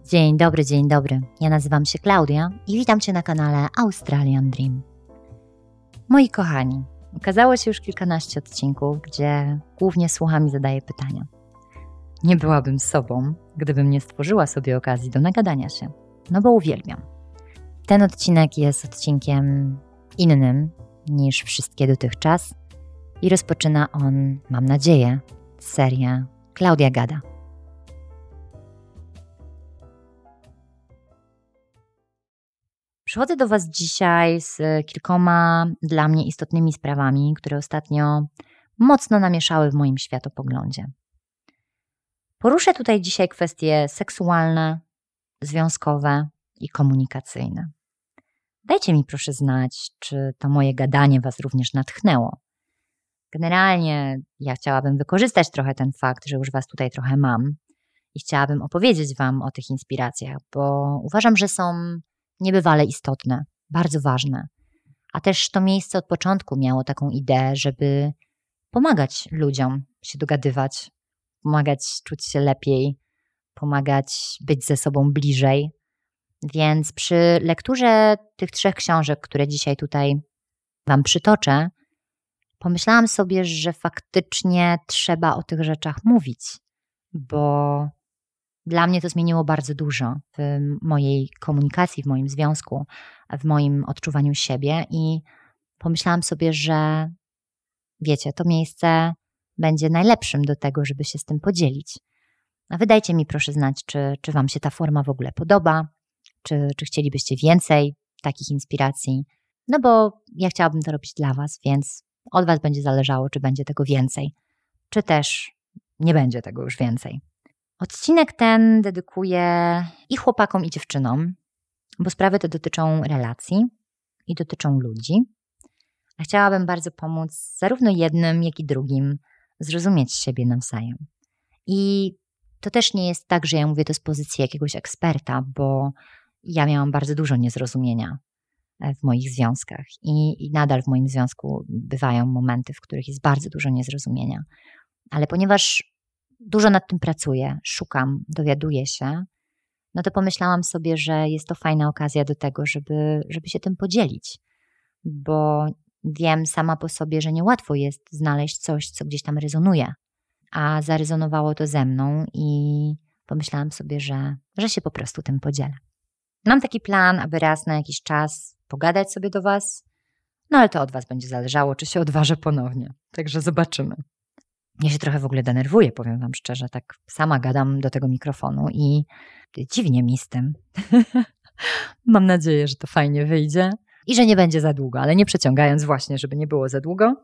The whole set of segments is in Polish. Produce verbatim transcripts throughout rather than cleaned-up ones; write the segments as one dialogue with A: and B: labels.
A: Dzień dobry, dzień dobry. Ja nazywam się Klaudia i witam Cię na kanale Australian Dream. Moi kochani, ukazało się już kilkanaście odcinków, gdzie głównie słucham i zadaję pytania. Nie byłabym sobą, gdybym nie stworzyła sobie okazji do nagadania się, no bo uwielbiam. Ten odcinek jest odcinkiem innym niż wszystkie dotychczas i rozpoczyna on, mam nadzieję, serię Klaudia Gada. Przychodzę do Was dzisiaj z kilkoma dla mnie istotnymi sprawami, które ostatnio mocno namieszały w moim światopoglądzie. Poruszę tutaj dzisiaj kwestie seksualne, związkowe i komunikacyjne. Dajcie mi proszę znać, czy to moje gadanie Was również natchnęło. Generalnie ja chciałabym wykorzystać trochę ten fakt, że już Was tutaj trochę mam i chciałabym opowiedzieć Wam o tych inspiracjach, bo uważam, że są niebywale istotne, bardzo ważne. A też to miejsce od początku miało taką ideę, żeby pomagać ludziom się dogadywać, pomagać czuć się lepiej, pomagać być ze sobą bliżej. Więc przy lekturze tych trzech książek, które dzisiaj tutaj Wam przytoczę, pomyślałam sobie, że faktycznie trzeba o tych rzeczach mówić, bo dla mnie to zmieniło bardzo dużo w mojej komunikacji, w moim związku, w moim odczuwaniu siebie i pomyślałam sobie, że wiecie, to miejsce będzie najlepszym do tego, żeby się z tym podzielić. A wy dajcie mi proszę znać, czy, czy Wam się ta forma w ogóle podoba, czy, czy chcielibyście więcej takich inspiracji, no bo ja chciałabym to robić dla Was, więc od Was będzie zależało, czy będzie tego więcej, czy też nie będzie tego już więcej. Odcinek ten dedykuję i chłopakom, i dziewczynom, bo sprawy te dotyczą relacji i dotyczą ludzi. A chciałabym bardzo pomóc zarówno jednym, jak i drugim zrozumieć siebie nawzajem. I to też nie jest tak, że ja mówię to z pozycji jakiegoś eksperta, bo ja miałam bardzo dużo niezrozumienia w moich związkach i, i nadal w moim związku bywają momenty, w których jest bardzo dużo niezrozumienia. Ale ponieważ dużo nad tym pracuję, szukam, dowiaduję się, no to pomyślałam sobie, że jest to fajna okazja do tego, żeby, żeby się tym podzielić, bo wiem sama po sobie, że niełatwo jest znaleźć coś, co gdzieś tam rezonuje, a zarezonowało to ze mną i pomyślałam sobie, że, że się po prostu tym podzielę. Mam taki plan, aby raz na jakiś czas pogadać sobie do Was, no ale to od Was będzie zależało, czy się odważę ponownie, także zobaczymy. Ja się trochę w ogóle denerwuję, powiem Wam szczerze, tak sama gadam do tego mikrofonu i dziwnie mi z tym. Mam nadzieję, że to fajnie wyjdzie i że nie będzie za długo, ale nie przeciągając właśnie, żeby nie było za długo.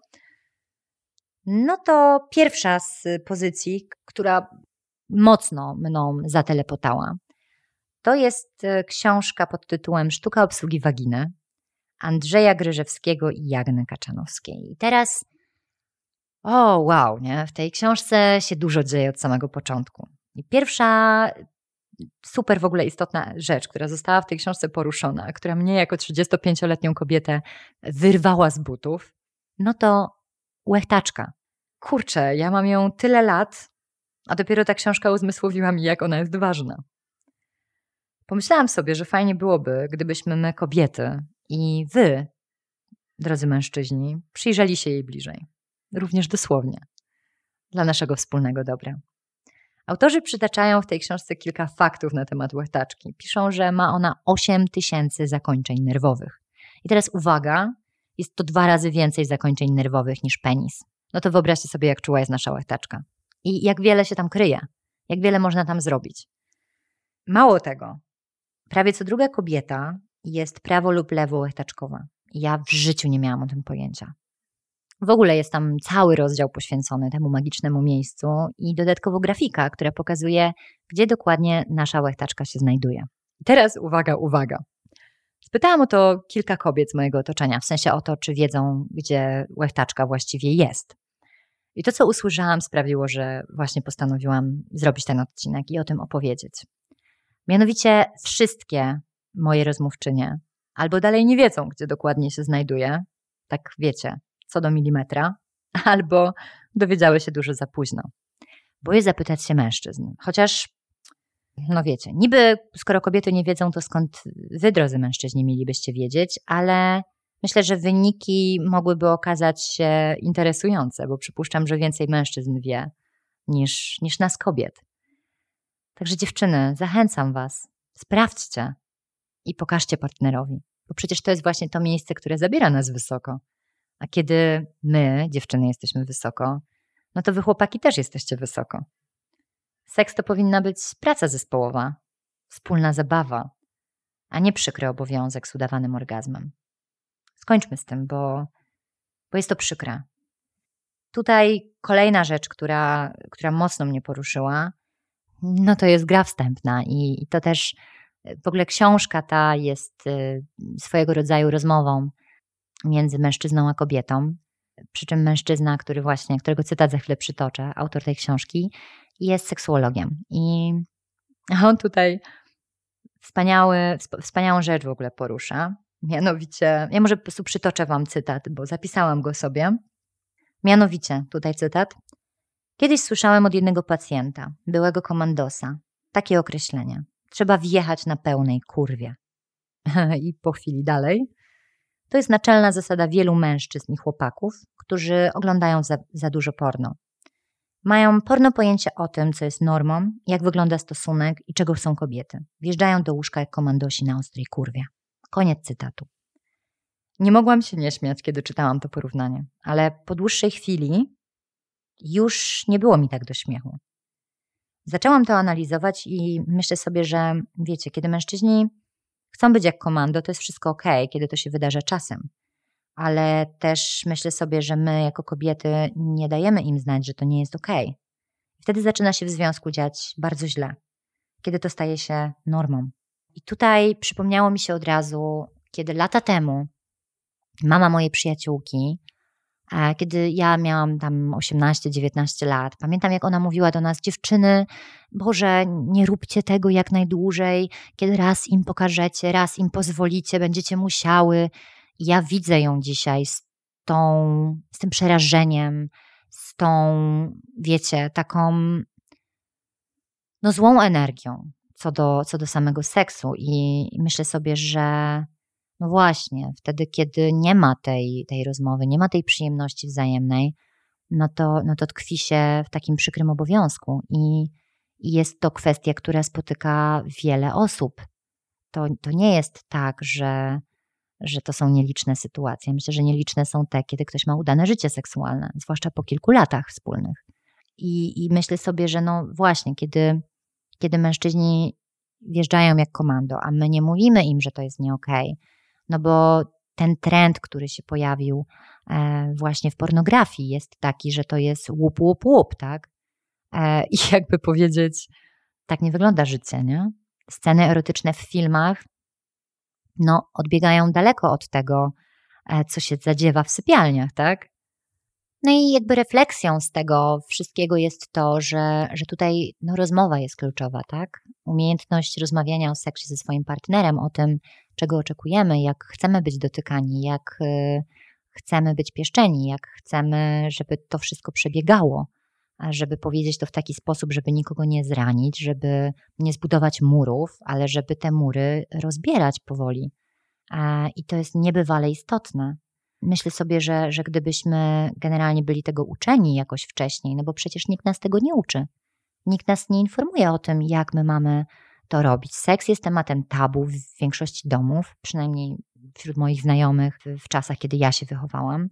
A: No to pierwsza z pozycji, która mocno mną zatelepotała, to jest książka pod tytułem Sztuka obsługi waginy Andrzeja Gryżewskiego i Jagny Kaczanowskiej. I teraz O, wow, nie? W tej książce się dużo dzieje od samego początku. I pierwsza super w ogóle istotna rzecz, która została w tej książce poruszona, która mnie jako trzydziestopięcioletnią kobietę wyrwała z butów, no to łechtaczka. Kurczę, ja mam ją tyle lat, a dopiero ta książka uzmysłowiła mi, jak ona jest ważna. Pomyślałam sobie, że fajnie byłoby, gdybyśmy my kobiety i wy, drodzy mężczyźni, przyjrzeli się jej bliżej. Również dosłownie, dla naszego wspólnego dobra. Autorzy przytaczają w tej książce kilka faktów na temat łechtaczki. Piszą, że ma ona osiem tysięcy zakończeń nerwowych. I teraz uwaga, jest to dwa razy więcej zakończeń nerwowych niż penis. No to wyobraźcie sobie, jak czuła jest nasza łechtaczka. I jak wiele się tam kryje, jak wiele można tam zrobić. Mało tego, prawie co druga kobieta jest prawo lub lewo łechtaczkowa. Ja w życiu nie miałam o tym pojęcia. W ogóle jest tam cały rozdział poświęcony temu magicznemu miejscu i dodatkowo grafika, która pokazuje, gdzie dokładnie nasza łechtaczka się znajduje. Teraz uwaga, uwaga. Spytałam o to kilka kobiet z mojego otoczenia, w sensie o to, czy wiedzą, gdzie łechtaczka właściwie jest. I to, co usłyszałam, sprawiło, że właśnie postanowiłam zrobić ten odcinek i o tym opowiedzieć. Mianowicie wszystkie moje rozmówczynie albo dalej nie wiedzą, gdzie dokładnie się znajduje, tak wiecie, co do milimetra, albo dowiedziały się dużo za późno. Boję zapytać się mężczyzn, chociaż No wiecie, niby skoro kobiety nie wiedzą, to skąd wy, drodzy mężczyźni, mielibyście wiedzieć, ale myślę, że wyniki mogłyby okazać się interesujące, bo przypuszczam, że więcej mężczyzn wie niż, niż nas kobiet. Także dziewczyny, zachęcam was, sprawdźcie i pokażcie partnerowi, bo przecież to jest właśnie to miejsce, które zabiera nas wysoko. A kiedy my, dziewczyny, jesteśmy wysoko, no to wy chłopaki też jesteście wysoko. Seks to powinna być praca zespołowa, wspólna zabawa, a nie przykry obowiązek z udawanym orgazmem. Skończmy z tym, bo, bo jest to przykre. Tutaj kolejna rzecz, która, która mocno mnie poruszyła, no to jest gra wstępna i, i to też w ogóle książka ta jest y, swojego rodzaju rozmową między mężczyzną a kobietą. Przy czym mężczyzna, który właśnie, którego cytat za chwilę przytoczę, autor tej książki, jest seksuologiem. I on tutaj wspaniały, wspaniałą rzecz w ogóle porusza. Mianowicie, ja może po prostu przytoczę wam cytat, bo zapisałam go sobie. Mianowicie, tutaj cytat. Kiedyś słyszałem od jednego pacjenta, byłego komandosa, takie określenie. Trzeba wjechać na pełnej kurwie. I po chwili dalej. To jest naczelna zasada wielu mężczyzn i chłopaków, którzy oglądają za, za dużo porno. Mają porno pojęcie o tym, co jest normą, jak wygląda stosunek i czego chcą kobiety. Wjeżdżają do łóżka jak komandosi na ostrej kurwie. Koniec cytatu. Nie mogłam się nie śmiać, kiedy czytałam to porównanie, ale po dłuższej chwili już nie było mi tak do śmiechu. Zaczęłam to analizować i myślę sobie, że wiecie, kiedy mężczyźni chcą być jak komando, to jest wszystko okej, kiedy to się wydarza czasem. Ale też myślę sobie, że my jako kobiety nie dajemy im znać, że to nie jest okej. Wtedy zaczyna się w związku dziać bardzo źle, kiedy to staje się normą. I tutaj przypomniało mi się od razu, kiedy lata temu mama mojej przyjaciółki, kiedy ja miałam tam osiemnaście dziewiętnaście lat, pamiętam jak ona mówiła do nas, dziewczyny, Boże, nie róbcie tego jak najdłużej, kiedy raz im pokażecie, raz im pozwolicie, będziecie musiały. I ja widzę ją dzisiaj z tą, z tym przerażeniem, z tą, wiecie, taką no złą energią co do, co do samego seksu i myślę sobie, że no właśnie, wtedy, kiedy nie ma tej, tej rozmowy, nie ma tej przyjemności wzajemnej, no to, no to tkwi się w takim przykrym obowiązku i, i jest to kwestia, która spotyka wiele osób. To, to nie jest tak, że, że to są nieliczne sytuacje. Myślę, że nieliczne są te, kiedy ktoś ma udane życie seksualne, zwłaszcza po kilku latach wspólnych. I, i myślę sobie, że no właśnie, kiedy, kiedy mężczyźni wjeżdżają jak komando, a my nie mówimy im, że to jest nie okej, no bo ten trend, który się pojawił e, właśnie w pornografii jest taki, że to jest łup, łup, łup, tak? E, I jakby powiedzieć, tak nie wygląda życie, nie? Sceny erotyczne w filmach no, odbiegają daleko od tego, e, co się zadziewa w sypialniach, tak? No i jakby refleksją z tego wszystkiego jest to, że, że tutaj no, rozmowa jest kluczowa, tak? Umiejętność rozmawiania o seksie ze swoim partnerem, o tym, czego oczekujemy, jak chcemy być dotykani, jak y, chcemy być pieszczeni, jak chcemy, żeby to wszystko przebiegało, a żeby powiedzieć to w taki sposób, żeby nikogo nie zranić, żeby nie zbudować murów, ale żeby te mury rozbierać powoli. A, I to jest niebywale istotne. Myślę sobie, że, że gdybyśmy generalnie byli tego uczeni jakoś wcześniej, no bo przecież nikt nas tego nie uczy. Nikt nas nie informuje o tym, jak my mamy to robić. Seks jest tematem tabu w większości domów, przynajmniej wśród moich znajomych w czasach, kiedy ja się wychowałam.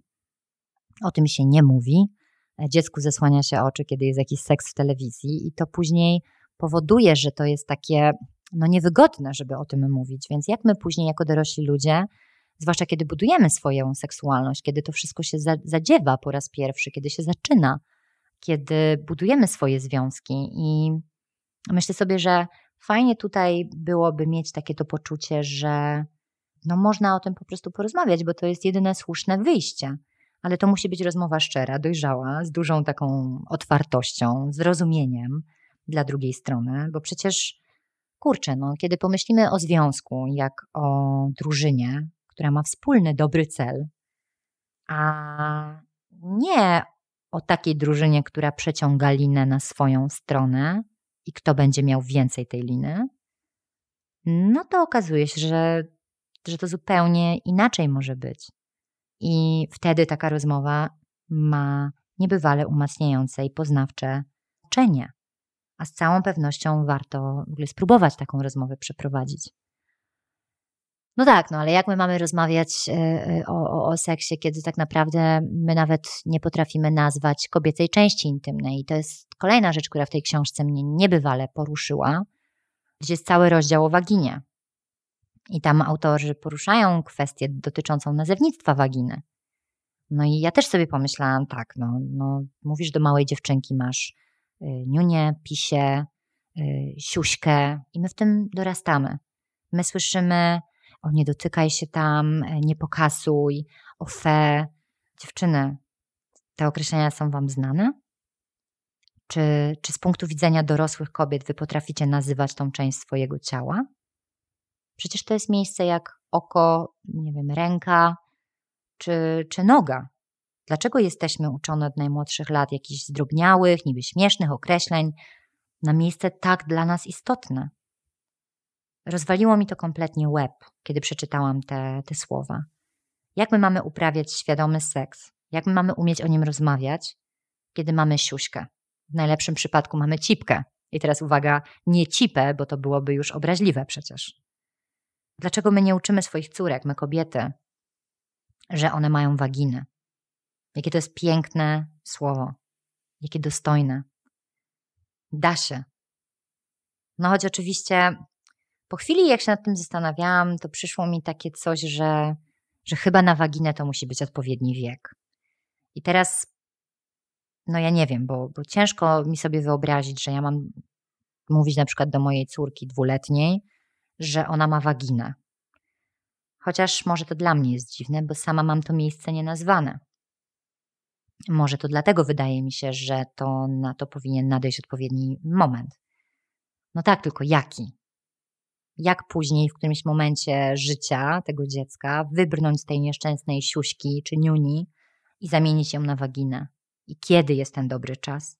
A: O tym się nie mówi. Dziecku zasłania się oczy, kiedy jest jakiś seks w telewizji i to później powoduje, że to jest takie no niewygodne, żeby o tym mówić. Więc jak my później jako dorośli ludzie, zwłaszcza kiedy budujemy swoją seksualność, kiedy to wszystko się zadziewa po raz pierwszy, kiedy się zaczyna, kiedy budujemy swoje związki i myślę sobie, że fajnie tutaj byłoby mieć takie to poczucie, że no można o tym po prostu porozmawiać, bo to jest jedyne słuszne wyjście. Ale to musi być rozmowa szczera, dojrzała, z dużą taką otwartością, zrozumieniem dla drugiej strony, bo przecież kurczę, no, kiedy pomyślimy o związku jak o drużynie, która ma wspólny, dobry cel, a nie o takiej drużynie, która przeciąga linę na swoją stronę i kto będzie miał więcej tej liny, no to okazuje się, że, że to zupełnie inaczej może być. I wtedy taka rozmowa ma niebywale umacniające i poznawcze znaczenie. A z całą pewnością warto w ogóle spróbować taką rozmowę przeprowadzić. No tak, no ale jak my mamy rozmawiać o, o, o seksie, kiedy tak naprawdę my nawet nie potrafimy nazwać kobiecej części intymnej. I to jest kolejna rzecz, która w tej książce mnie niebywale poruszyła, gdzie jest cały rozdział o waginie. I tam autorzy poruszają kwestię dotyczącą nazewnictwa waginy. No i ja też sobie pomyślałam, tak, no, no mówisz do małej dziewczynki, masz y, niunię, pisię, y, siuśkę i my w tym dorastamy. My słyszymy o nie dotykaj się tam, nie pokasuj, o fe. Dziewczyny, te określenia są wam znane? Czy, czy z punktu widzenia dorosłych kobiet wy potraficie nazywać tą część swojego ciała? Przecież to jest miejsce jak oko, nie wiem, ręka czy, czy noga. Dlaczego jesteśmy uczone od najmłodszych lat jakichś zdrobniałych, niby śmiesznych określeń na miejsce tak dla nas istotne? Rozwaliło mi to kompletnie łeb, kiedy przeczytałam te, te słowa. Jak my mamy uprawiać świadomy seks? Jak my mamy umieć o nim rozmawiać, kiedy mamy siuśkę? W najlepszym przypadku mamy cipkę. I teraz uwaga, nie cipę, bo to byłoby już obraźliwe przecież. Dlaczego my nie uczymy swoich córek, my kobiety, że one mają waginy? Jakie to jest piękne słowo. Jakie dostojne. Da się. No choć oczywiście po chwili, jak się nad tym zastanawiałam, to przyszło mi takie coś, że, że chyba na waginę to musi być odpowiedni wiek. I teraz, no ja nie wiem, bo, bo ciężko mi sobie wyobrazić, że ja mam mówić na przykład do mojej córki dwuletniej, że ona ma waginę. Chociaż może to dla mnie jest dziwne, bo sama mam to miejsce nienazwane. Może to dlatego wydaje mi się, że to na to powinien nadejść odpowiedni moment. No tak, tylko jaki? Jak później w którymś momencie życia tego dziecka wybrnąć z tej nieszczęsnej siuśki czy niuni i zamienić ją na waginę? I kiedy jest ten dobry czas?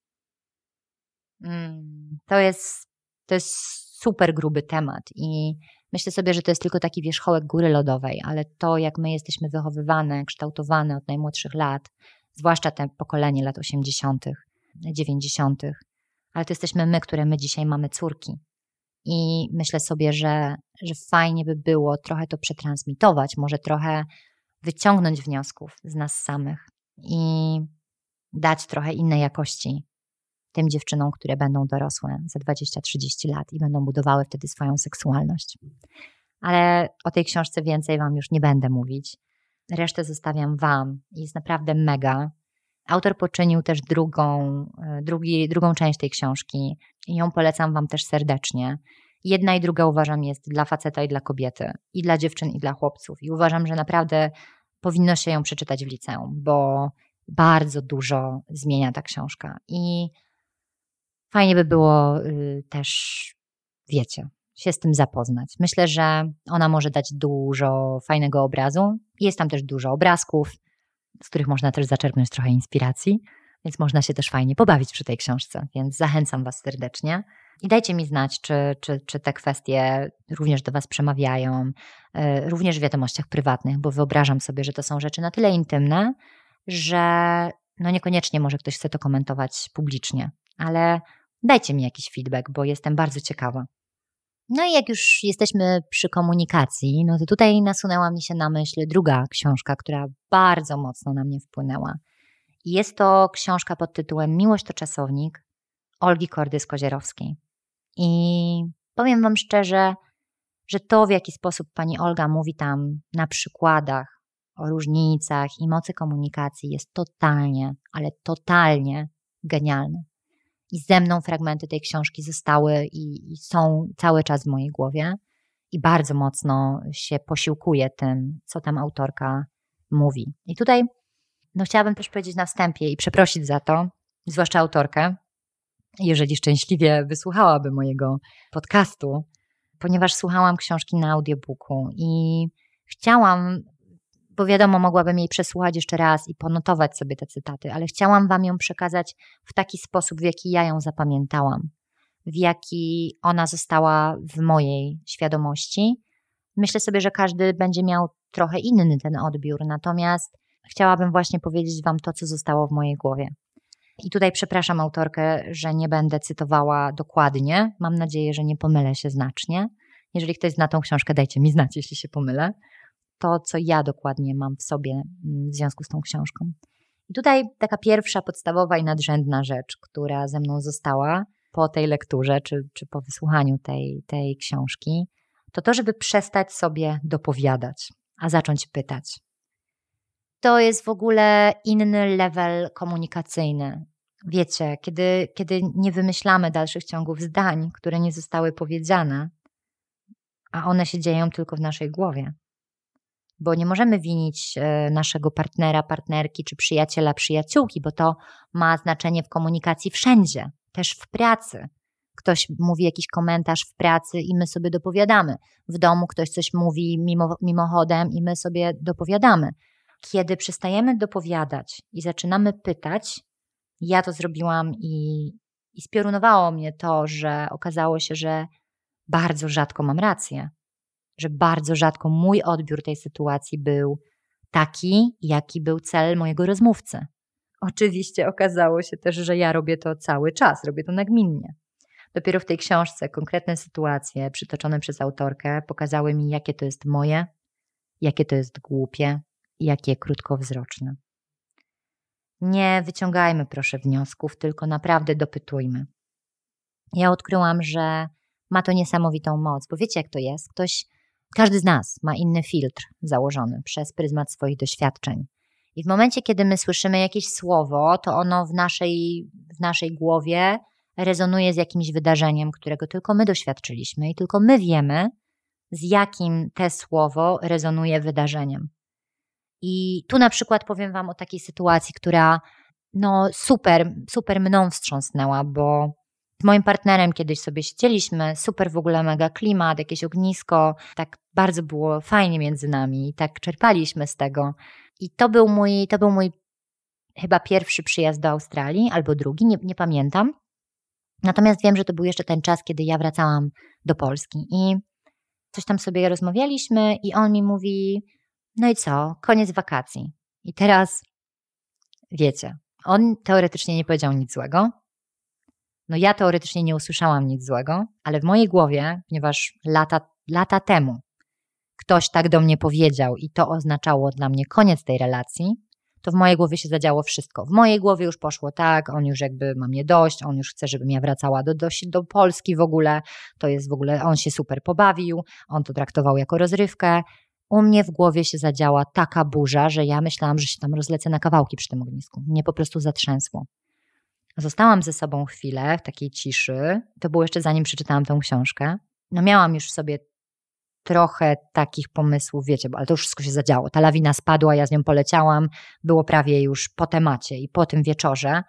A: Mm, to jest, to jest super gruby temat i myślę sobie, że to jest tylko taki wierzchołek góry lodowej, ale to, jak my jesteśmy wychowywane, kształtowane od najmłodszych lat, zwłaszcza te pokolenie lat osiemdziesiątych, dziewięćdziesiątych, ale to jesteśmy my, które my dzisiaj mamy córki. I myślę sobie, że, że fajnie by było trochę to przetransmitować, może trochę wyciągnąć wniosków z nas samych i dać trochę innej jakości tym dziewczynom, które będą dorosłe za dwadzieścia trzydzieści lat i będą budowały wtedy swoją seksualność. Ale o tej książce więcej wam już nie będę mówić. Resztę zostawiam wam. Jest naprawdę mega. Autor poczynił też drugą, drugi, drugą część tej książki i ją polecam wam też serdecznie. Jedna i druga uważam jest dla faceta i dla kobiety, i dla dziewczyn i dla chłopców. I uważam, że naprawdę powinno się ją przeczytać w liceum, bo bardzo dużo zmienia ta książka. I fajnie by było y, też, wiecie, się z tym zapoznać. Myślę, że ona może dać dużo fajnego obrazu. Jest tam też dużo obrazków, z których można też zaczerpnąć trochę inspiracji, więc można się też fajnie pobawić przy tej książce, więc zachęcam was serdecznie. I dajcie mi znać, czy, czy, czy te kwestie również do was przemawiają, yy, również w wiadomościach prywatnych, bo wyobrażam sobie, że to są rzeczy na tyle intymne, że no niekoniecznie może ktoś chce to komentować publicznie, ale dajcie mi jakiś feedback, bo jestem bardzo ciekawa. No i jak już jesteśmy przy komunikacji, no to tutaj nasunęła mi się na myśl druga książka, która bardzo mocno na mnie wpłynęła. I jest to książka pod tytułem Miłość to czasownik Olgi Kordys-Kozierowskiej. I powiem wam szczerze, że to, w jaki sposób pani Olga mówi tam na przykładach o różnicach i mocy komunikacji, jest totalnie, ale totalnie genialne. I ze mną fragmenty tej książki zostały i, i są cały czas w mojej głowie i bardzo mocno się posiłkuję tym, co tam autorka mówi. I tutaj no, chciałabym też powiedzieć na wstępie i przeprosić za to, zwłaszcza autorkę, jeżeli szczęśliwie wysłuchałaby mojego podcastu, ponieważ słuchałam książki na audiobooku i chciałam, bo wiadomo, mogłabym jej przesłuchać jeszcze raz i ponotować sobie te cytaty, ale chciałam wam ją przekazać w taki sposób, w jaki ja ją zapamiętałam. w jaki ona została w mojej świadomości. Myślę sobie, że każdy będzie miał trochę inny ten odbiór, natomiast chciałabym właśnie powiedzieć Wam to, co zostało w mojej głowie. I tutaj przepraszam autorkę, że nie będę cytowała dokładnie. Mam nadzieję, że nie pomylę się znacznie. Jeżeli ktoś zna tą książkę, dajcie mi znać, jeśli się pomylę. To, co ja dokładnie mam w sobie w związku z tą książką. I tutaj taka pierwsza, podstawowa i nadrzędna rzecz, która ze mną została po tej lekturze, czy, czy po wysłuchaniu tej, tej książki, to to, żeby przestać sobie dopowiadać, a zacząć pytać. To jest w ogóle inny level komunikacyjny. Wiecie, kiedy, kiedy nie wymyślamy dalszych ciągów zdań, które nie zostały powiedziane, a one się dzieją tylko w naszej głowie. Bo nie możemy winić naszego partnera, partnerki czy przyjaciela, przyjaciółki, bo to ma znaczenie w komunikacji wszędzie, też w pracy. Ktoś mówi jakiś komentarz w pracy i my sobie dopowiadamy. W domu ktoś coś mówi mimo, mimochodem i my sobie dopowiadamy. Kiedy przestajemy dopowiadać i zaczynamy pytać, ja to zrobiłam i, i spiorunowało mnie to, że okazało się, że bardzo rzadko mam rację. Że bardzo rzadko mój odbiór tej sytuacji był taki, jaki był cel mojego rozmówcy. Oczywiście okazało się też, że ja robię to cały czas, robię to nagminnie. Dopiero w tej książce konkretne sytuacje przytoczone przez autorkę pokazały mi, jakie to jest moje, jakie to jest głupie i jakie krótkowzroczne. Nie wyciągajmy proszę wniosków, tylko naprawdę dopytujmy. Ja odkryłam, że ma to niesamowitą moc, bo wiecie jak to jest? Ktoś, każdy z nas ma inny filtr założony przez pryzmat swoich doświadczeń. I w momencie, kiedy my słyszymy jakieś słowo, to ono w naszej, w naszej głowie rezonuje z jakimś wydarzeniem, którego tylko my doświadczyliśmy i tylko my wiemy, z jakim te słowo rezonuje wydarzeniem. I tu na przykład powiem Wam o takiej sytuacji, która no super, super mną wstrząsnęła, bo z moim partnerem kiedyś sobie siedzieliśmy, super w ogóle mega klimat, jakieś ognisko, tak bardzo było fajnie między nami i tak czerpaliśmy z tego. I to był mój, to był mój chyba pierwszy przyjazd do Australii, albo drugi, nie, nie pamiętam. Natomiast wiem, że to był jeszcze ten czas, kiedy ja wracałam do Polski i coś tam sobie rozmawialiśmy i on mi mówi, no i co, koniec wakacji. I teraz, wiecie, on teoretycznie nie powiedział nic złego, no ja teoretycznie nie usłyszałam nic złego, ale w mojej głowie, ponieważ lata, lata temu ktoś tak do mnie powiedział i to oznaczało dla mnie koniec tej relacji, to w mojej głowie się zadziało wszystko. W mojej głowie już poszło tak, on już jakby ma mnie dość, on już chce, żebym ja wracała do, do, do Polski w ogóle, to jest w ogóle, on się super pobawił, on to traktował jako rozrywkę. U mnie w głowie się zadziała taka burza, że ja myślałam, że się tam rozlecę na kawałki przy tym ognisku. Mnie po prostu zatrzęsło. Zostałam ze sobą chwilę w takiej ciszy, to było jeszcze zanim przeczytałam tę książkę. No miałam już w sobie trochę takich pomysłów, wiecie, ale to już wszystko się zadziało. Ta lawina spadła, ja z nią poleciałam, było prawie już po temacie i po tym wieczorze,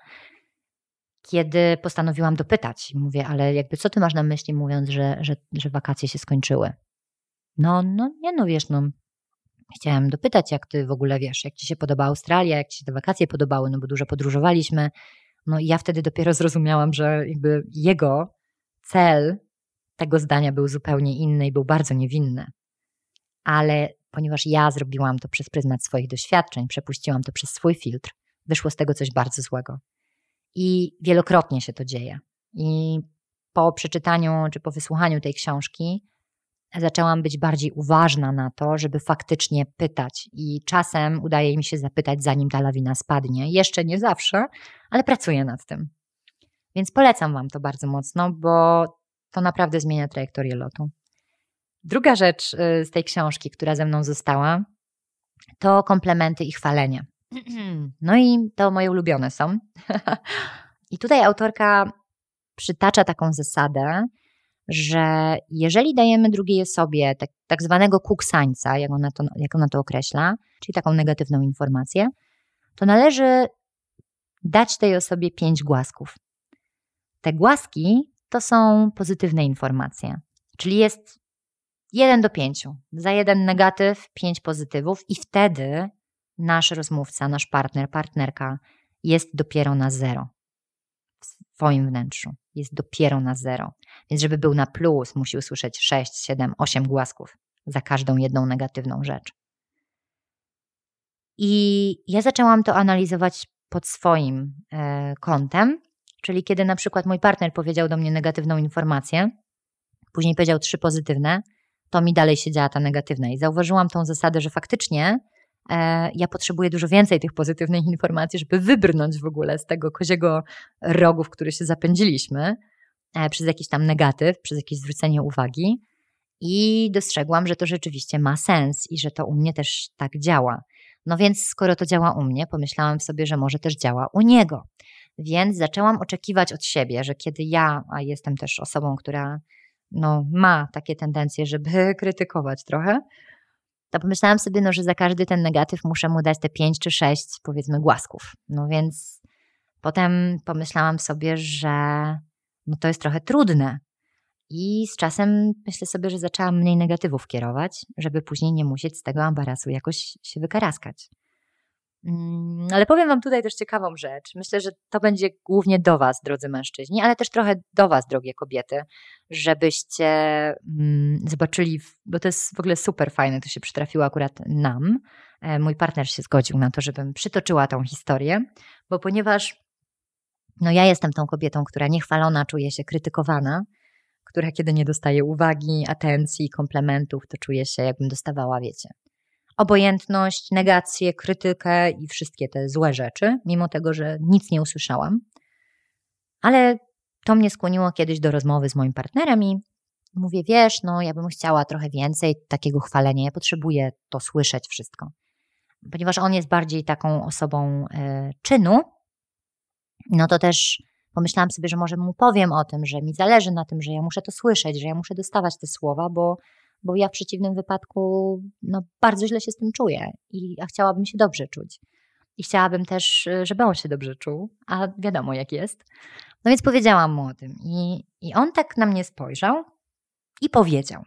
A: kiedy postanowiłam dopytać. Mówię, ale jakby co ty masz na myśli mówiąc, że, że, że wakacje się skończyły? No, no, nie no, wiesz, no, chciałam dopytać, jak ty w ogóle wiesz, jak ci się podoba Australia, jak ci się te wakacje podobały, no bo dużo podróżowaliśmy. No i ja wtedy dopiero zrozumiałam, że jakby jego cel tego zdania był zupełnie inny i był bardzo niewinny. Ale ponieważ ja zrobiłam to przez pryzmat swoich doświadczeń, przepuściłam to przez swój filtr, wyszło z tego coś bardzo złego. I wielokrotnie się to dzieje. I po przeczytaniu czy po wysłuchaniu tej książki zaczęłam być bardziej uważna na to, żeby faktycznie pytać. I czasem udaje mi się zapytać, zanim ta lawina spadnie. Jeszcze nie zawsze, ale pracuję nad tym. Więc polecam Wam to bardzo mocno, bo to naprawdę zmienia trajektorię lotu. Druga rzecz z tej książki, która ze mną została, to komplementy i chwalenie. No i to moje ulubione są. I tutaj autorka przytacza taką zasadę, że jeżeli dajemy drugiej osobie tak, tak zwanego kuksańca, jak ona, to, jak ona to określa, czyli taką negatywną informację, to należy dać tej osobie pięć głasków. Te głaski to są pozytywne informacje, czyli jest jeden do pięciu. Za jeden negatyw, pięć pozytywów i wtedy nasz rozmówca, nasz partner, partnerka jest dopiero na zero. swoim wnętrzu. Jest dopiero na zero. Więc żeby był na plus, musi usłyszeć sześć, siedem, osiem głasków za każdą jedną negatywną rzecz. I ja zaczęłam to analizować pod swoim e, kątem, czyli kiedy na przykład mój partner powiedział do mnie negatywną informację, później powiedział trzy pozytywne, to mi dalej siedziała ta negatywna. I zauważyłam tą zasadę, że faktycznie e, ja potrzebuję dużo więcej tych pozytywnych informacji, żeby wybrnąć w ogóle z tego koziego rogu, w który się zapędziliśmy, e, przez jakiś tam negatyw, przez jakieś zwrócenie uwagi. I dostrzegłam, że to rzeczywiście ma sens i że to u mnie też tak działa. No więc skoro to działa u mnie, pomyślałam sobie, że może też działa u niego. Więc zaczęłam oczekiwać od siebie, że kiedy ja, a jestem też osobą, która no, ma takie tendencje, żeby krytykować trochę, to pomyślałam sobie, no, że za każdy ten negatyw muszę mu dać te pięć czy sześć, powiedzmy, głasków. No więc potem pomyślałam sobie, że no, to jest trochę trudne. I z czasem myślę sobie, że zaczęłam mniej negatywów kierować, żeby później nie musieć z tego ambarasu jakoś się wykaraskać. Mm, ale powiem wam tutaj też ciekawą rzecz. Myślę, że to będzie głównie do was, drodzy mężczyźni, ale też trochę do was, drogie kobiety, żebyście mm, zobaczyli, bo to jest w ogóle super fajne, to się przytrafiło akurat nam. E, mój partner się zgodził na to, żebym przytoczyła tą historię, bo ponieważ no ja jestem tą kobietą, która niechwalona czuje się krytykowana, która kiedy nie dostaje uwagi, atencji, komplementów, to czuje się jakbym dostawała, wiecie, obojętność, negację, krytykę i wszystkie te złe rzeczy, mimo tego, że nic nie usłyszałam. Ale to mnie skłoniło kiedyś do rozmowy z moim partnerem i mówię, wiesz, no ja bym chciała trochę więcej takiego chwalenia, ja potrzebuję to słyszeć wszystko. Ponieważ on jest bardziej taką osobą e, czynu, no to też pomyślałam sobie, że może mu powiem o tym, że mi zależy na tym, że ja muszę to słyszeć, że ja muszę dostawać te słowa, bo, bo ja w przeciwnym wypadku no, bardzo źle się z tym czuję i a chciałabym się dobrze czuć. I chciałabym też, żeby on się dobrze czuł, a wiadomo jak jest. No więc powiedziałam mu o tym i, i on tak na mnie spojrzał i powiedział: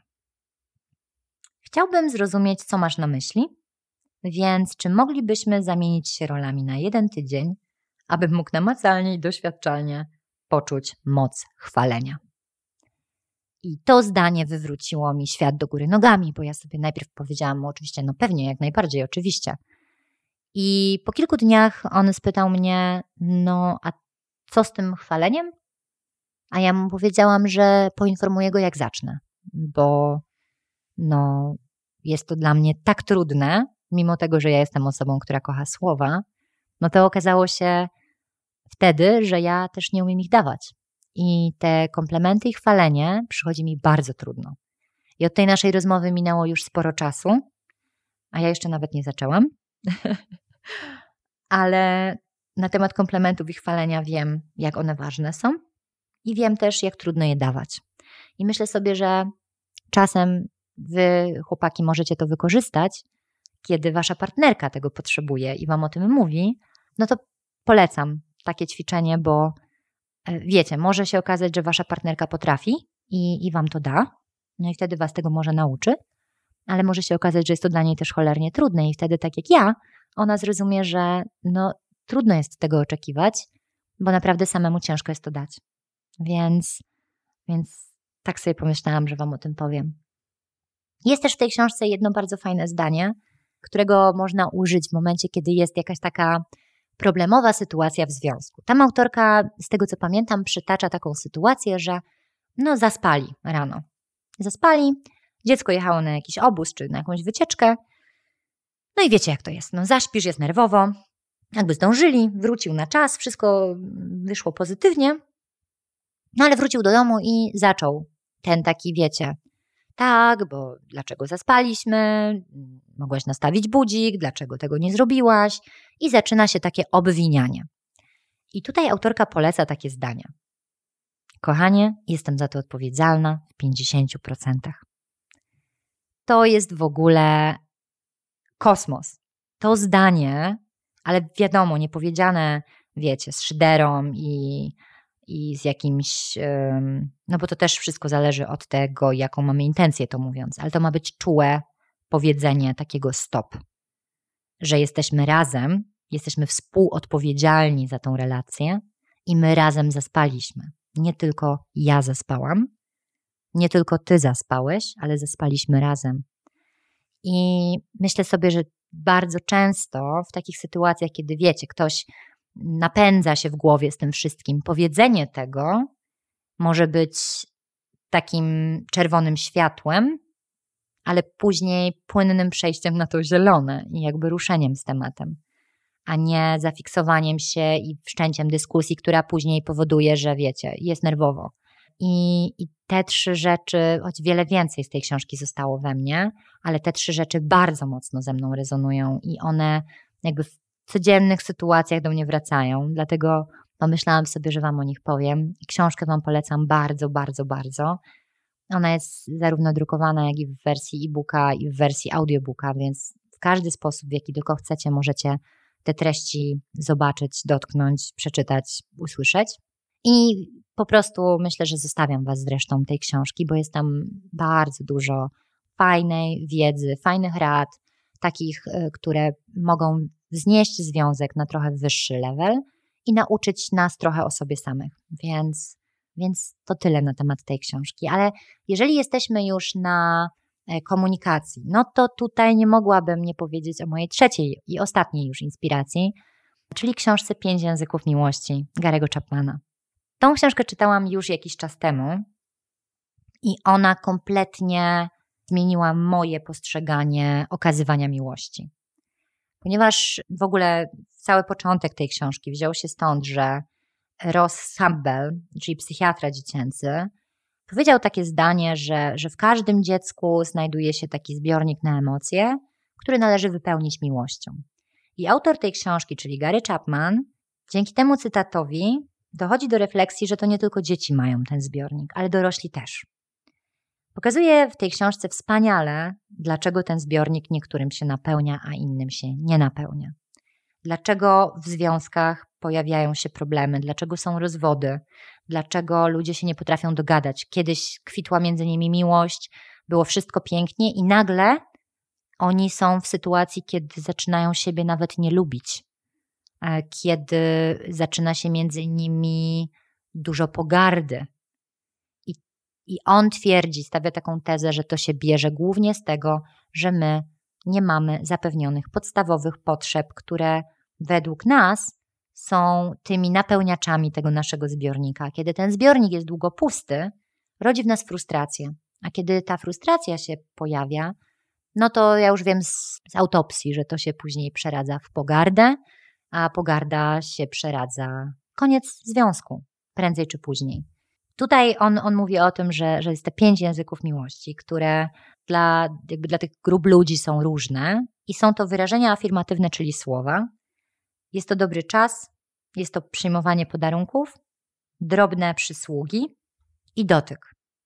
A: chciałbym zrozumieć, co masz na myśli, więc czy moglibyśmy zamienić się rolami na jeden tydzień, abym mógł namacalnie i doświadczalnie poczuć moc chwalenia. I to zdanie wywróciło mi świat do góry nogami, bo ja sobie najpierw powiedziałam mu oczywiście, no pewnie, jak najbardziej, oczywiście. I po kilku dniach on spytał mnie, no a co z tym chwaleniem? A ja mu powiedziałam, że poinformuję go, jak zacznę, bo no jest to dla mnie tak trudne, mimo tego, że ja jestem osobą, która kocha słowa, no to okazało się wtedy, że ja też nie umiem ich dawać. I te komplementy i chwalenie przychodzi mi bardzo trudno. I od tej naszej rozmowy minęło już sporo czasu, a ja jeszcze nawet nie zaczęłam. Ale na temat komplementów i chwalenia wiem, jak one ważne są i wiem też, jak trudno je dawać. I myślę sobie, że czasem wy, chłopaki, możecie to wykorzystać, kiedy wasza partnerka tego potrzebuje i wam o tym mówi, no to polecam takie ćwiczenie, bo wiecie, może się okazać, że wasza partnerka potrafi i, i wam to da, no i wtedy was tego może nauczy, ale może się okazać, że jest to dla niej też cholernie trudne i wtedy tak jak ja, ona zrozumie, że no trudno jest tego oczekiwać, bo naprawdę samemu ciężko jest to dać. Więc, więc tak sobie pomyślałam, że wam o tym powiem. Jest też w tej książce jedno bardzo fajne zdanie, którego można użyć w momencie, kiedy jest jakaś taka problemowa sytuacja w związku. Tam autorka, z tego co pamiętam, przytacza taką sytuację, że no zaspali rano. Zaspali, dziecko jechało na jakiś obóz czy na jakąś wycieczkę. No i wiecie jak to jest. No zaśpisz, jest nerwowo. Jakby zdążyli, wrócił na czas, wszystko wyszło pozytywnie. No ale wrócił do domu i zaczął ten taki, wiecie, tak, bo dlaczego zaspaliśmy, mogłaś nastawić budzik, dlaczego tego nie zrobiłaś i zaczyna się takie obwinianie. I tutaj autorka poleca takie zdania. Kochanie, jestem za to odpowiedzialna w pięćdziesięciu procentach. To jest w ogóle kosmos. To zdanie, ale wiadomo, nie powiedziane, wiecie, z szyderą i, i z jakimś, no bo to też wszystko zależy od tego, jaką mamy intencję to mówiąc, ale to ma być czułe powiedzenie takiego stop, że jesteśmy razem, jesteśmy współodpowiedzialni za tą relację i my razem zaspaliśmy. Nie tylko ja zaspałam, nie tylko ty zaspałeś, ale zaspaliśmy razem. I myślę sobie, że bardzo często w takich sytuacjach, kiedy wiecie, ktoś napędza się w głowie z tym wszystkim, powiedzenie tego może być takim czerwonym światłem, ale później płynnym przejściem na to zielone i jakby ruszeniem z tematem, a nie zafiksowaniem się i wszczęciem dyskusji, która później powoduje, że wiecie, jest nerwowo. I, I te trzy rzeczy, choć wiele więcej z tej książki zostało we mnie, ale te trzy rzeczy bardzo mocno ze mną rezonują i one jakby w codziennych sytuacjach do mnie wracają. Dlatego pomyślałam sobie, że wam o nich powiem. I książkę wam polecam bardzo, bardzo, bardzo. Ona jest zarówno drukowana, jak i w wersji e-booka i w wersji audiobooka, więc w każdy sposób, w jaki tylko chcecie, możecie te treści zobaczyć, dotknąć, przeczytać, usłyszeć. I po prostu myślę, że zostawiam was z resztą tej książki, bo jest tam bardzo dużo fajnej wiedzy, fajnych rad, takich, które mogą wznieść związek na trochę wyższy level i nauczyć nas trochę o sobie samych. Więc, więc to tyle na temat tej książki. Ale jeżeli jesteśmy już na komunikacji, no to tutaj nie mogłabym nie powiedzieć o mojej trzeciej i ostatniej już inspiracji, czyli książce Pięć języków miłości Gary'ego Chapmana. Tą książkę czytałam już jakiś czas temu i ona kompletnie zmieniła moje postrzeganie okazywania miłości. Ponieważ w ogóle cały początek tej książki wziął się stąd, że Ross Campbell, czyli psychiatra dziecięcy, powiedział takie zdanie, że, że w każdym dziecku znajduje się taki zbiornik na emocje, który należy wypełnić miłością. I autor tej książki, czyli Gary Chapman, dzięki temu cytatowi dochodzi do refleksji, że to nie tylko dzieci mają ten zbiornik, ale dorośli też. Pokazuje w tej książce wspaniale, dlaczego ten zbiornik niektórym się napełnia, a innym się nie napełnia. Dlaczego w związkach pojawiają się problemy, dlaczego są rozwody, dlaczego ludzie się nie potrafią dogadać. Kiedyś kwitła między nimi miłość, było wszystko pięknie i nagle oni są w sytuacji, kiedy zaczynają siebie nawet nie lubić, kiedy zaczyna się między nimi dużo pogardy. I, i on twierdzi, stawia taką tezę, że to się bierze głównie z tego, że my nie mamy zapewnionych podstawowych potrzeb, które według nas są tymi napełniaczami tego naszego zbiornika. Kiedy ten zbiornik jest długo pusty, rodzi w nas frustrację. A kiedy ta frustracja się pojawia, no to ja już wiem z, z autopsji, że to się później przeradza w pogardę, a pogarda się przeradza. Koniec związku, prędzej czy później. Tutaj on, on mówi o tym, że, że jest te pięć języków miłości, które dla, jakby dla tych grup ludzi są różne i są to wyrażenia afirmatywne, czyli słowa. Jest to dobry czas, jest to przyjmowanie podarunków, drobne przysługi i dotyk.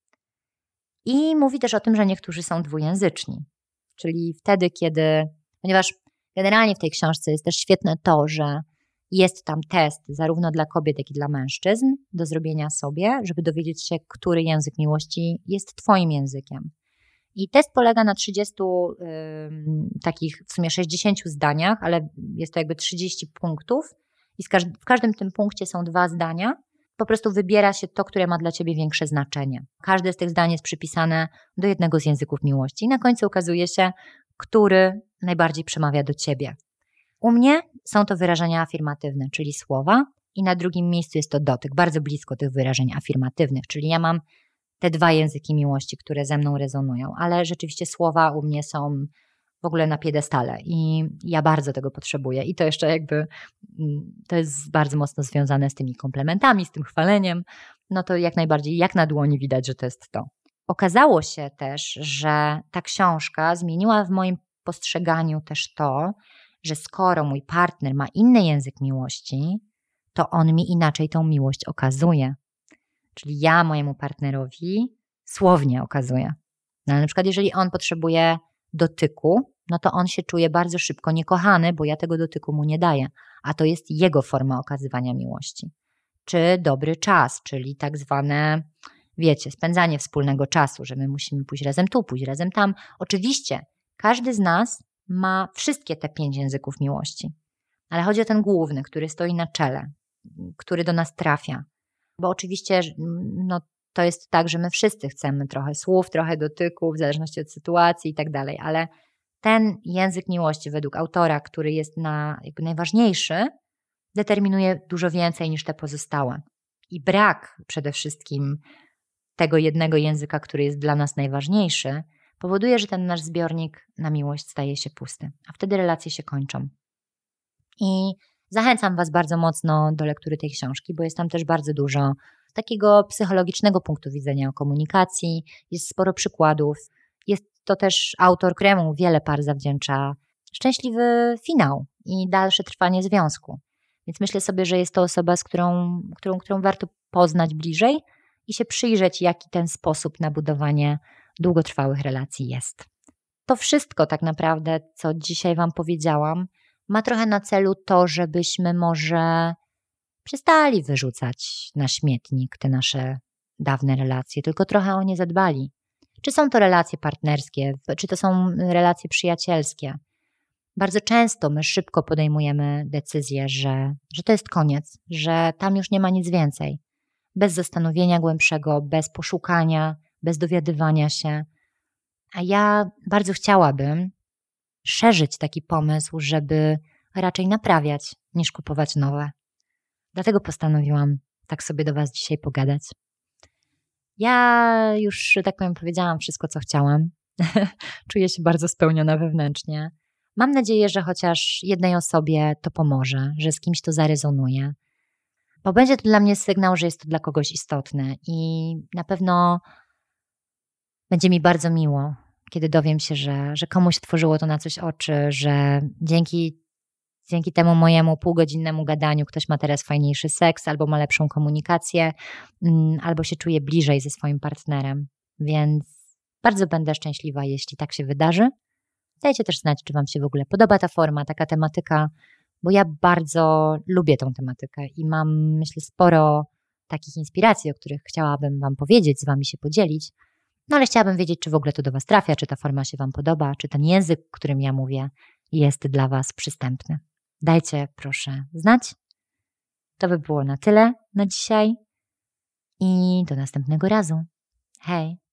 A: I mówi też o tym, że niektórzy są dwujęzyczni, czyli wtedy, kiedy, ponieważ generalnie w tej książce jest też świetne to, że jest tam test zarówno dla kobiet, jak i dla mężczyzn do zrobienia sobie, żeby dowiedzieć się, który język miłości jest twoim językiem. I test polega na trzydziestu y, takich w sumie sześćdziesięciu zdaniach, ale jest to jakby trzydzieści punktów i z każd- w każdym tym punkcie są dwa zdania. Po prostu wybiera się to, które ma dla ciebie większe znaczenie. Każde z tych zdań jest przypisane do jednego z języków miłości i na końcu okazuje się, który najbardziej przemawia do ciebie. U mnie są to wyrażenia afirmatywne, czyli słowa i na drugim miejscu jest to dotyk, bardzo blisko tych wyrażeń afirmatywnych, czyli ja mam te dwa języki miłości, które ze mną rezonują, ale rzeczywiście słowa u mnie są w ogóle na piedestale i ja bardzo tego potrzebuję i to jeszcze jakby to jest bardzo mocno związane z tymi komplementami, z tym chwaleniem, no to jak najbardziej, jak na dłoni widać, że to jest to. Okazało się też, że ta książka zmieniła w moim postrzeganiu też to, że skoro mój partner ma inny język miłości, to on mi inaczej tą miłość okazuje. Czyli ja mojemu partnerowi słownie okazuję. No ale na przykład jeżeli on potrzebuje dotyku, no to on się czuje bardzo szybko niekochany, bo ja tego dotyku mu nie daję, a to jest jego forma okazywania miłości. Czy dobry czas, czyli tak zwane, wiecie, spędzanie wspólnego czasu, że my musimy pójść razem tu, pójść razem tam. Oczywiście każdy z nas ma wszystkie te pięć języków miłości, ale chodzi o ten główny, który stoi na czele. który do nas trafia. Bo oczywiście no, to jest tak, że my wszyscy chcemy trochę słów, trochę dotyków, w zależności od sytuacji i tak dalej, ale ten język miłości według autora, który jest na, jakby najważniejszy, determinuje dużo więcej niż te pozostałe. I brak przede wszystkim tego jednego języka, który jest dla nas najważniejszy, powoduje, że ten nasz zbiornik na miłość staje się pusty, a wtedy relacje się kończą. I zachęcam Was bardzo mocno do lektury tej książki, bo jest tam też bardzo dużo z takiego psychologicznego punktu widzenia o komunikacji, jest sporo przykładów. Jest to też autor, któremu wiele par zawdzięcza szczęśliwy finał i dalsze trwanie związku. Więc myślę sobie, że jest to osoba, z którą, którą, którą warto poznać bliżej i się przyjrzeć, jaki ten sposób na budowanie długotrwałych relacji jest. To wszystko tak naprawdę, co dzisiaj Wam powiedziałam, ma trochę na celu to, żebyśmy może przestali wyrzucać na śmietnik te nasze dawne relacje, tylko trochę o nie zadbali. Czy są to relacje partnerskie, czy to są relacje przyjacielskie. Bardzo często my szybko podejmujemy decyzję, że, że to jest koniec, że tam już nie ma nic więcej. Bez zastanowienia głębszego, bez poszukania, bez dowiadywania się. A ja bardzo chciałabym szerzyć taki pomysł, żeby raczej naprawiać niż kupować nowe. Dlatego postanowiłam tak sobie do Was dzisiaj pogadać. Ja już, że tak powiem, powiedziałam wszystko, co chciałam. Czuję się bardzo spełniona wewnętrznie. Mam nadzieję, że chociaż jednej osobie to pomoże, że z kimś to zarezonuje. Bo będzie to dla mnie sygnał, że jest to dla kogoś istotne i na pewno będzie mi bardzo miło, kiedy dowiem się, że, że komuś otworzyło to na coś oczy, że dzięki, dzięki temu mojemu półgodzinnemu gadaniu ktoś ma teraz fajniejszy seks, albo ma lepszą komunikację, albo się czuje bliżej ze swoim partnerem. Więc bardzo będę szczęśliwa, jeśli tak się wydarzy. Dajcie też znać, czy Wam się w ogóle podoba ta forma, taka tematyka, bo ja bardzo lubię tą tematykę i mam, myślę, sporo takich inspiracji, o których chciałabym Wam powiedzieć, z Wami się podzielić. No ale chciałabym wiedzieć, czy w ogóle to do Was trafia, czy ta forma się Wam podoba, czy ten język, którym ja mówię, jest dla Was przystępny. Dajcie proszę znać. To by było na tyle na dzisiaj i do następnego razu. Hej!